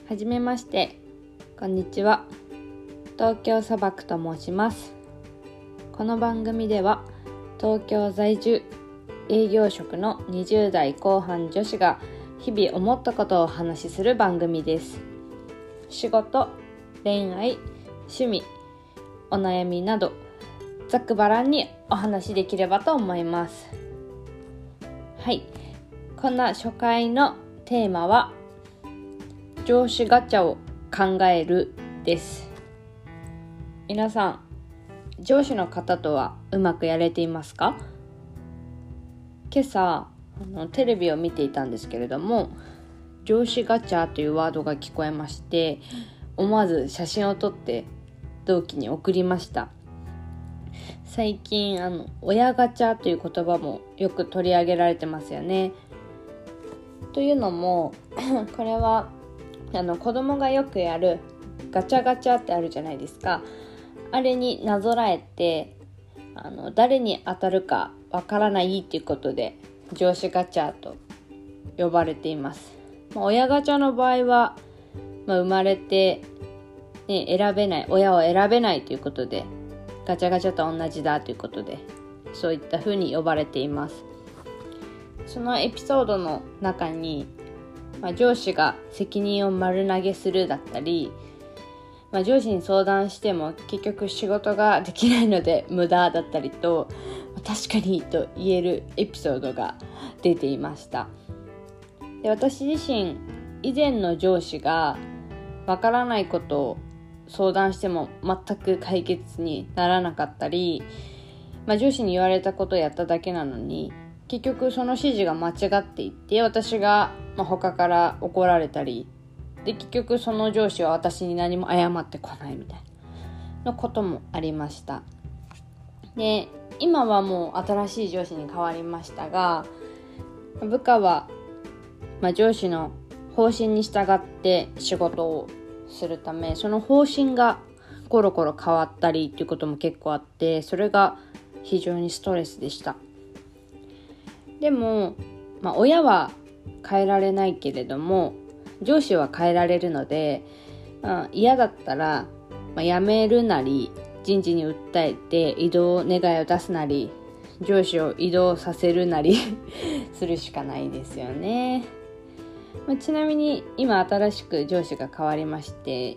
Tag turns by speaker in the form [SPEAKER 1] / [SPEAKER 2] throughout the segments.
[SPEAKER 1] はじめまして、こんにちは。東京砂漠と申します。この番組では東京在住営業職の20代後半女子が日々思ったことをお話しする番組です。仕事、恋愛、趣味、お悩みなどざっくばらんにお話しできればと思います。はい、こんな初回のテーマは上司ガチャを考えるです。皆さん、上司の方とはうまくやれていますか？今朝テレビを見ていたんですけれども、上司ガチャというワードが聞こえまして、思わず写真を撮って同期に送りました。最近親ガチャという言葉もよく取り上げられてますよね。というのもこれは子供がよくやるガチャガチャってあるじゃないですか。あれになぞらえて誰に当たるかわからないっていうことで上司ガチャと呼ばれています。親ガチャの場合は、生まれて、選べない親を選べないということでガチャガチャと同じだということでそういった風に呼ばれています。そのエピソードの中に上司が責任を丸投げするだったり、上司に相談しても結局仕事ができないので無駄だったりと、確かにと言えるエピソードが出ていました。で、私自身以前の上司がわからないことを相談しても全く解決にならなかったり、上司に言われたことをやっただけなのに結局その指示が間違っていて、私が他から怒られたりで、結局その上司は私に何も謝ってこないみたいなこともありました。で、今はもう新しい上司に変わりましたが、部下は、上司の方針に従って仕事をするため、その方針がコロコロ変わったりっていうことも結構あって、それが非常にストレスでした。でも、親は変えられないけれども上司は変えられるので、嫌だったら、辞めるなり人事に訴えて異動願いを出すなり上司を異動させるなりするしかないですよね。ちなみに今新しく上司が変わりまして、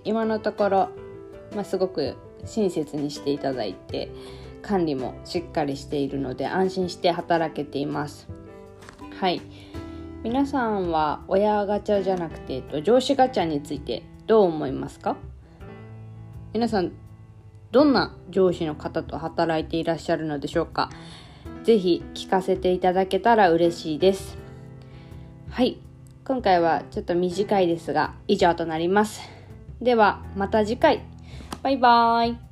[SPEAKER 1] 今のところ、すごく親切にしていただいて管理もしっかりしているので安心して働けています。はい、皆さんは親ガチャじゃなくて上司ガチャについてどう思いますか？皆さんどんな上司の方と働いていらっしゃるのでしょうか？ぜひ聞かせていただけたら嬉しいです。はい、今回はちょっと短いですが以上となります。ではまた次回。バイバーイ。